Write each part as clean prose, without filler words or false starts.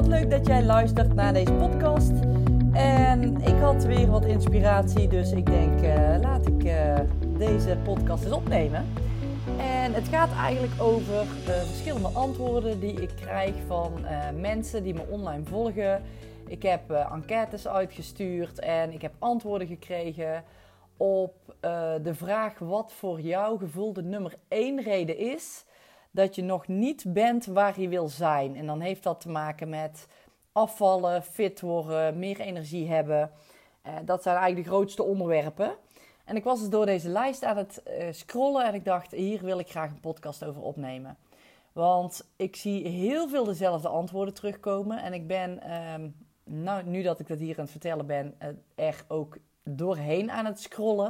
wat leuk dat jij luistert naar deze podcast. En ik had weer wat inspiratie, dus ik denk, laat ik deze podcast eens opnemen. En het gaat eigenlijk over verschillende antwoorden die ik krijg van mensen die me online volgen. Ik heb enquêtes uitgestuurd en ik heb antwoorden gekregen op de vraag wat voor jouw gevoel de nummer 1 reden is dat je nog niet bent waar je wil zijn. En dan heeft dat te maken met afvallen, fit worden, meer energie hebben. Dat zijn eigenlijk de grootste onderwerpen. En ik was dus door deze lijst aan het scrollen en ik dacht, hier wil ik graag een podcast over opnemen. Want ik zie heel veel dezelfde antwoorden terugkomen. En ik ben, nu dat ik dat hier aan het vertellen ben, er ook doorheen aan het scrollen.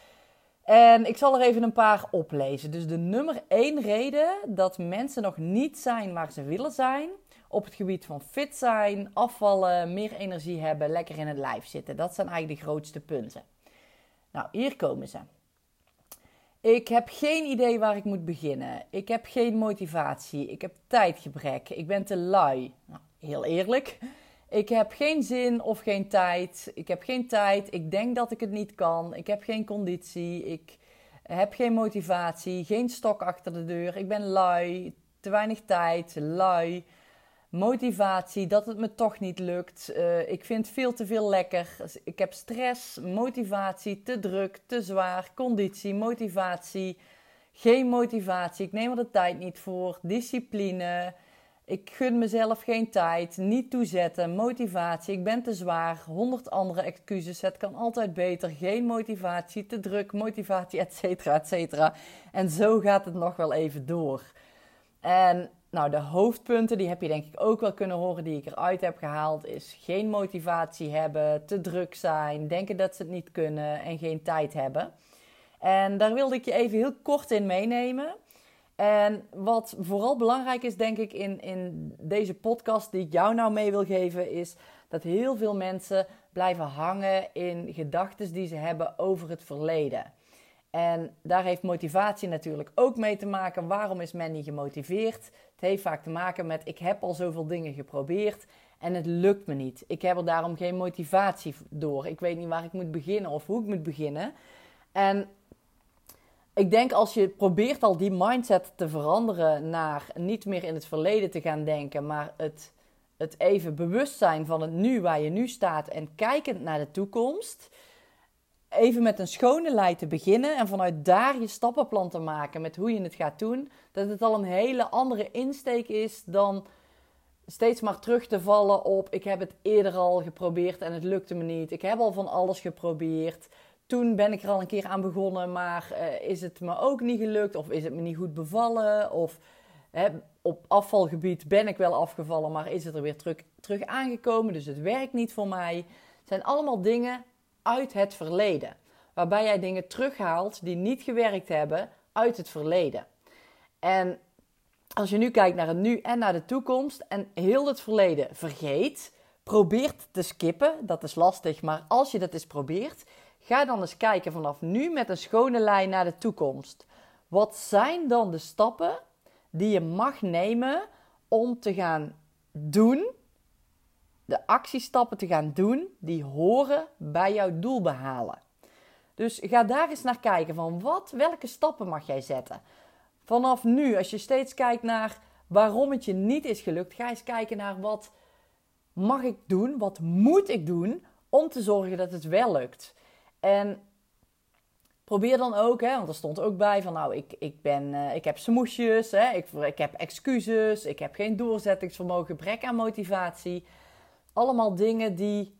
En ik zal er even een paar oplezen. Dus de nummer 1 reden dat mensen nog niet zijn waar ze willen zijn op het gebied van fit zijn, afvallen, meer energie hebben, lekker in het lijf zitten. Dat zijn eigenlijk de grootste punten. Nou, hier komen ze. Ik heb geen idee waar ik moet beginnen. Ik heb geen motivatie. Ik heb tijdgebrek. Ik ben te lui. Nou, heel eerlijk. Ik heb geen zin of geen tijd. Ik heb geen tijd. Ik denk dat ik het niet kan. Ik heb geen conditie. Ik heb geen motivatie. Geen stok achter de deur. Ik ben lui. Te weinig tijd. Lui. Motivatie. Dat het me toch niet lukt. Ik vind veel te veel lekker. Ik heb stress. Motivatie. Te druk. Te zwaar. Conditie. Motivatie. Geen motivatie. Ik neem er de tijd niet voor. Discipline. Ik gun mezelf geen tijd, niet toezetten, motivatie, ik ben te zwaar, 100 andere excuses, het kan altijd beter, geen motivatie, te druk, motivatie, etcetera, etcetera. En zo gaat het nog wel even door. En nou, de hoofdpunten, die heb je denk ik ook wel kunnen horen, die ik eruit heb gehaald, is geen motivatie hebben, te druk zijn, denken dat ze het niet kunnen en geen tijd hebben. En daar wilde ik je even heel kort in meenemen. En wat vooral belangrijk is, denk ik, in deze podcast die ik jou nou mee wil geven, is dat heel veel mensen blijven hangen in gedachten die ze hebben over het verleden. En daar heeft motivatie natuurlijk ook mee te maken. Waarom is men niet gemotiveerd? Het heeft vaak te maken met, ik heb al zoveel dingen geprobeerd en het lukt me niet. Ik heb er daarom geen motivatie door. Ik weet niet waar ik moet beginnen of hoe ik moet beginnen. En ik denk als je probeert al die mindset te veranderen naar niet meer in het verleden te gaan denken, maar het even bewust zijn van het nu waar je nu staat en kijkend naar de toekomst, even met een schone lei te beginnen en vanuit daar je stappenplan te maken met hoe je het gaat doen, dat het al een hele andere insteek is dan steeds maar terug te vallen op ik heb het eerder al geprobeerd en het lukte me niet. Ik heb al van alles geprobeerd. Toen ben ik er al een keer aan begonnen, maar is het me ook niet gelukt? Of is het me niet goed bevallen? Of op afvalgebied ben ik wel afgevallen, maar is het er weer terug aangekomen? Dus het werkt niet voor mij. Het zijn allemaal dingen uit het verleden. Waarbij jij dingen terughaalt die niet gewerkt hebben uit het verleden. En als je nu kijkt naar het nu en naar de toekomst en heel het verleden vergeet, probeert te skippen. Dat is lastig, maar als je dat eens probeert, ga dan eens kijken vanaf nu met een schone lijn naar de toekomst. Wat zijn dan de stappen die je mag nemen om te gaan doen, de actiestappen te gaan doen die horen bij jouw doel behalen. Dus ga daar eens naar kijken van welke stappen mag jij zetten. Vanaf nu, als je steeds kijkt naar waarom het je niet is gelukt, ga eens kijken naar wat mag ik doen, wat moet ik doen om te zorgen dat het wel lukt. En probeer dan ook, want er stond ook bij van nou, ik heb smoesjes, ik heb excuses, ik heb geen doorzettingsvermogen, gebrek aan motivatie. Allemaal dingen die,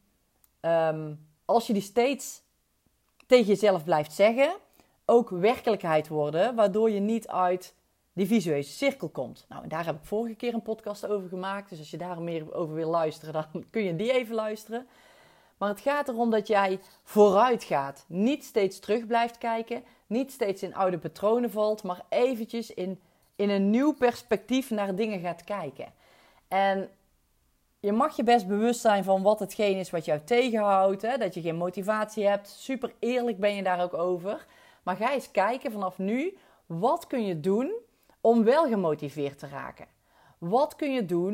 als je die steeds tegen jezelf blijft zeggen, ook werkelijkheid worden, waardoor je niet uit die visuele cirkel komt. Nou, en daar heb ik vorige keer een podcast over gemaakt, dus als je daar meer over wil luisteren, dan kun je die even luisteren. Maar het gaat erom dat jij vooruit gaat. Niet steeds terug blijft kijken. Niet steeds in oude patronen valt. Maar eventjes in een nieuw perspectief naar dingen gaat kijken. En je mag je best bewust zijn van wat hetgeen is wat jou tegenhoudt. Hè? Dat je geen motivatie hebt. Super eerlijk ben je daar ook over. Maar ga eens kijken vanaf nu. Wat kun je doen om wel gemotiveerd te raken? Wat kun je doen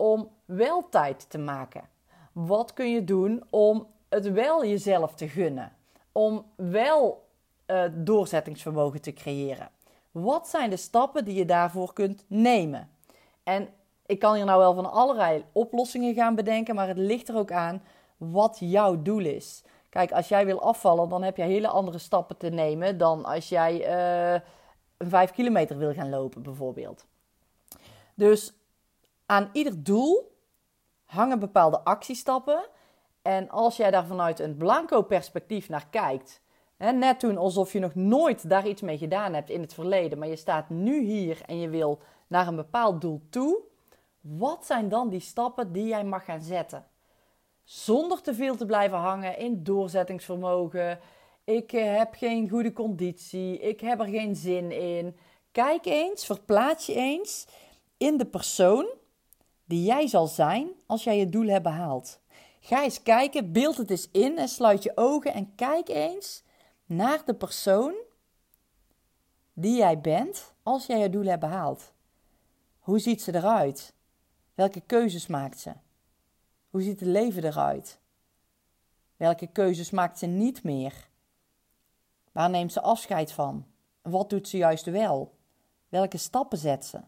om wel tijd te maken? Wat kun je doen om het wel jezelf te gunnen? Om wel doorzettingsvermogen te creëren? Wat zijn de stappen die je daarvoor kunt nemen? En ik kan hier nou wel van allerlei oplossingen gaan bedenken, maar het ligt er ook aan wat jouw doel is. Kijk, als jij wil afvallen, dan heb je hele andere stappen te nemen dan als jij een 5 kilometer wil gaan lopen bijvoorbeeld. Dus aan ieder doel hangen bepaalde actiestappen. En als jij daar vanuit een blanco perspectief naar kijkt, net doen alsof je nog nooit daar iets mee gedaan hebt in het verleden, maar je staat nu hier en je wil naar een bepaald doel toe, wat zijn dan die stappen die jij mag gaan zetten? Zonder te veel te blijven hangen in doorzettingsvermogen. Ik heb geen goede conditie. Ik heb er geen zin in. Kijk eens, verplaats je eens in de persoon die jij zal zijn als jij je doel hebt behaald. Ga eens kijken, beeld het eens in en sluit je ogen en kijk eens naar de persoon die jij bent als jij je doel hebt behaald. Hoe ziet ze eruit? Welke keuzes maakt ze? Hoe ziet het leven eruit? Welke keuzes maakt ze niet meer? Waar neemt ze afscheid van? Wat doet ze juist wel? Welke stappen zet ze?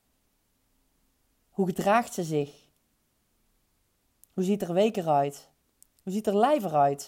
Hoe gedraagt ze zich? Hoe ziet haar week eruit? Hoe ziet haar lijf eruit?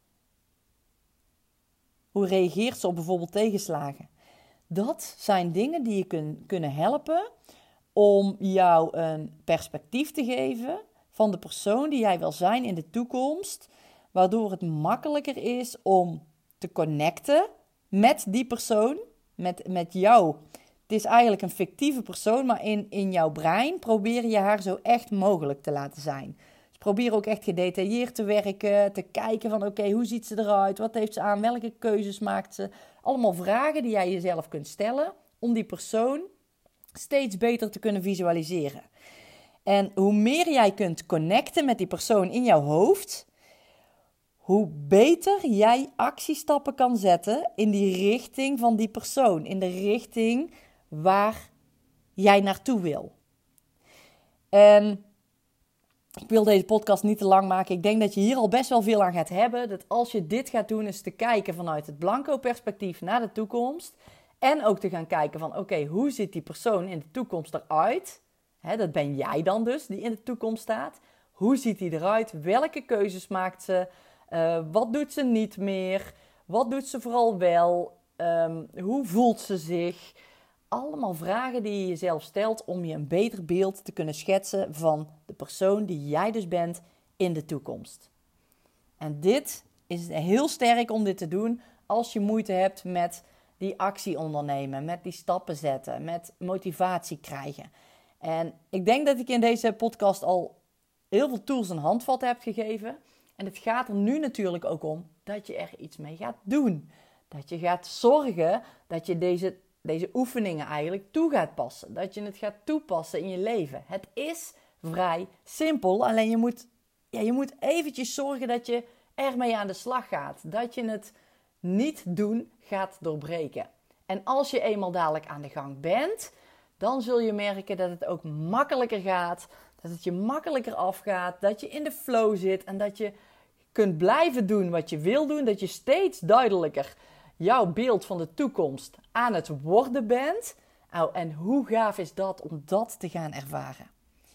Hoe reageert ze op bijvoorbeeld tegenslagen? Dat zijn dingen die je kunnen helpen om jou een perspectief te geven van de persoon die jij wil zijn in de toekomst, waardoor het makkelijker is om te connecten met die persoon, met jou. Het is eigenlijk een fictieve persoon, maar in jouw brein probeer je haar zo echt mogelijk te laten zijn. Dus probeer ook echt gedetailleerd te werken, te kijken van oké, hoe ziet ze eruit, wat heeft ze aan, welke keuzes maakt ze. Allemaal vragen die jij jezelf kunt stellen om die persoon steeds beter te kunnen visualiseren. En hoe meer jij kunt connecten met die persoon in jouw hoofd, hoe beter jij actiestappen kan zetten in die richting van die persoon. In de richting waar jij naartoe wil. En ik wil deze podcast niet te lang maken. Ik denk dat je hier al best wel veel aan gaat hebben. Dat als je dit gaat doen, is te kijken vanuit het blanco perspectief naar de toekomst. En ook te gaan kijken van oké, hoe ziet die persoon in de toekomst eruit? Dat ben jij dan dus, die in de toekomst staat. Hoe ziet die eruit? Welke keuzes maakt ze? Wat doet ze niet meer? Wat doet ze vooral wel? Hoe voelt ze zich? Allemaal vragen die je jezelf stelt om je een beter beeld te kunnen schetsen van de persoon die jij dus bent in de toekomst. En dit is heel sterk om dit te doen als je moeite hebt met die actie ondernemen, met die stappen zetten, met motivatie krijgen. En ik denk dat ik in deze podcast al heel veel tools en handvatten heb gegeven. En het gaat er nu natuurlijk ook om dat je er iets mee gaat doen. Dat je gaat zorgen dat je deze oefeningen eigenlijk toe gaat passen. Dat je het gaat toepassen in je leven. Het is vrij simpel. Alleen je moet eventjes zorgen dat je ermee aan de slag gaat. Dat je het niet doen gaat doorbreken. En als je eenmaal dadelijk aan de gang bent, dan zul je merken dat het ook makkelijker gaat. Dat het je makkelijker afgaat. Dat je in de flow zit en dat je kunt blijven doen wat je wil doen. Dat je steeds duidelijker jouw beeld van de toekomst aan het worden bent. En hoe gaaf is dat om dat te gaan ervaren?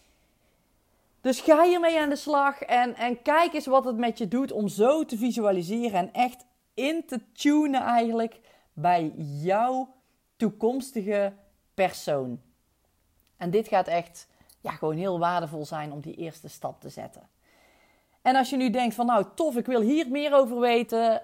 Dus ga hiermee aan de slag en kijk eens wat het met je doet om zo te visualiseren en echt in te tunen eigenlijk bij jouw toekomstige persoon. En dit gaat echt gewoon heel waardevol zijn om die eerste stap te zetten. En als je nu denkt van nou tof, ik wil hier meer over weten.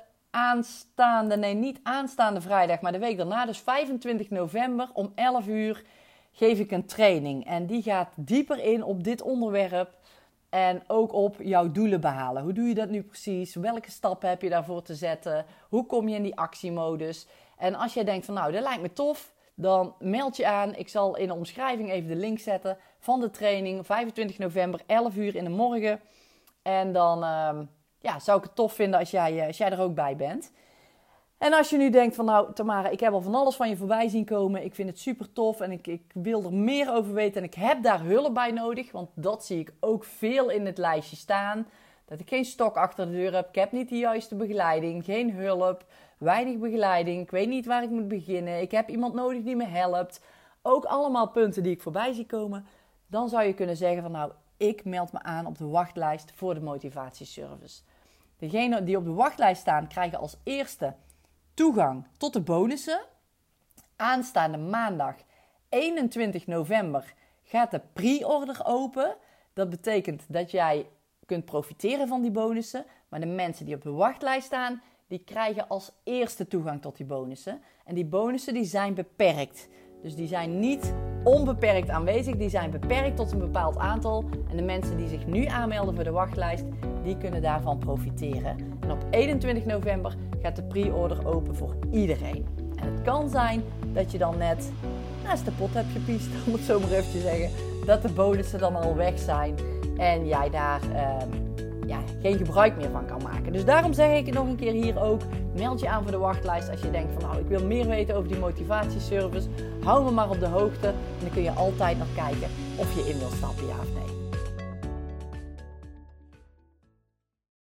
Niet aanstaande vrijdag, maar de week daarna, dus 25 november om 11 uur geef ik een training. En die gaat dieper in op dit onderwerp en ook op jouw doelen behalen. Hoe doe je dat nu precies? Welke stappen heb je daarvoor te zetten? Hoe kom je in die actiemodus? En als jij denkt van nou, dat lijkt me tof, dan meld je aan. Ik zal in de omschrijving even de link zetten van de training. 25 november, 11 uur in de morgen. En dan zou ik het tof vinden als jij er ook bij bent. En als je nu denkt van nou Tamara, ik heb al van alles van je voorbij zien komen. Ik vind het super tof en ik wil er meer over weten en ik heb daar hulp bij nodig. Want dat zie ik ook veel in het lijstje staan. Dat ik geen stok achter de deur heb. Ik heb niet de juiste begeleiding, geen hulp, weinig begeleiding. Ik weet niet waar ik moet beginnen. Ik heb iemand nodig die me helpt. Ook allemaal punten die ik voorbij zie komen. Dan zou je kunnen zeggen van nou, ik meld me aan op de wachtlijst voor de motivatieservice. Degenen die op de wachtlijst staan krijgen als eerste toegang tot de bonussen. Aanstaande maandag 21 november gaat de pre-order open. Dat betekent dat jij kunt profiteren van die bonussen. Maar de mensen die op de wachtlijst staan, die krijgen als eerste toegang tot die bonussen. En die bonussen die zijn beperkt. Dus die zijn niet onbeperkt aanwezig. Die zijn beperkt tot een bepaald aantal. En de mensen die zich nu aanmelden voor de wachtlijst, die kunnen daarvan profiteren. En op 21 november gaat de pre-order open voor iedereen. En het kan zijn dat je dan net naast de pot hebt gepiest, om het zo maar even te zeggen. Dat de bonussen dan al weg zijn. En jij daar geen gebruik meer van kan maken. Dus daarom zeg ik het nog een keer hier ook. Meld je aan voor de wachtlijst als je denkt van nou, ik wil meer weten over die motivatieservice. Hou me maar op de hoogte. En dan kun je altijd nog kijken of je in wilt stappen, ja of nee.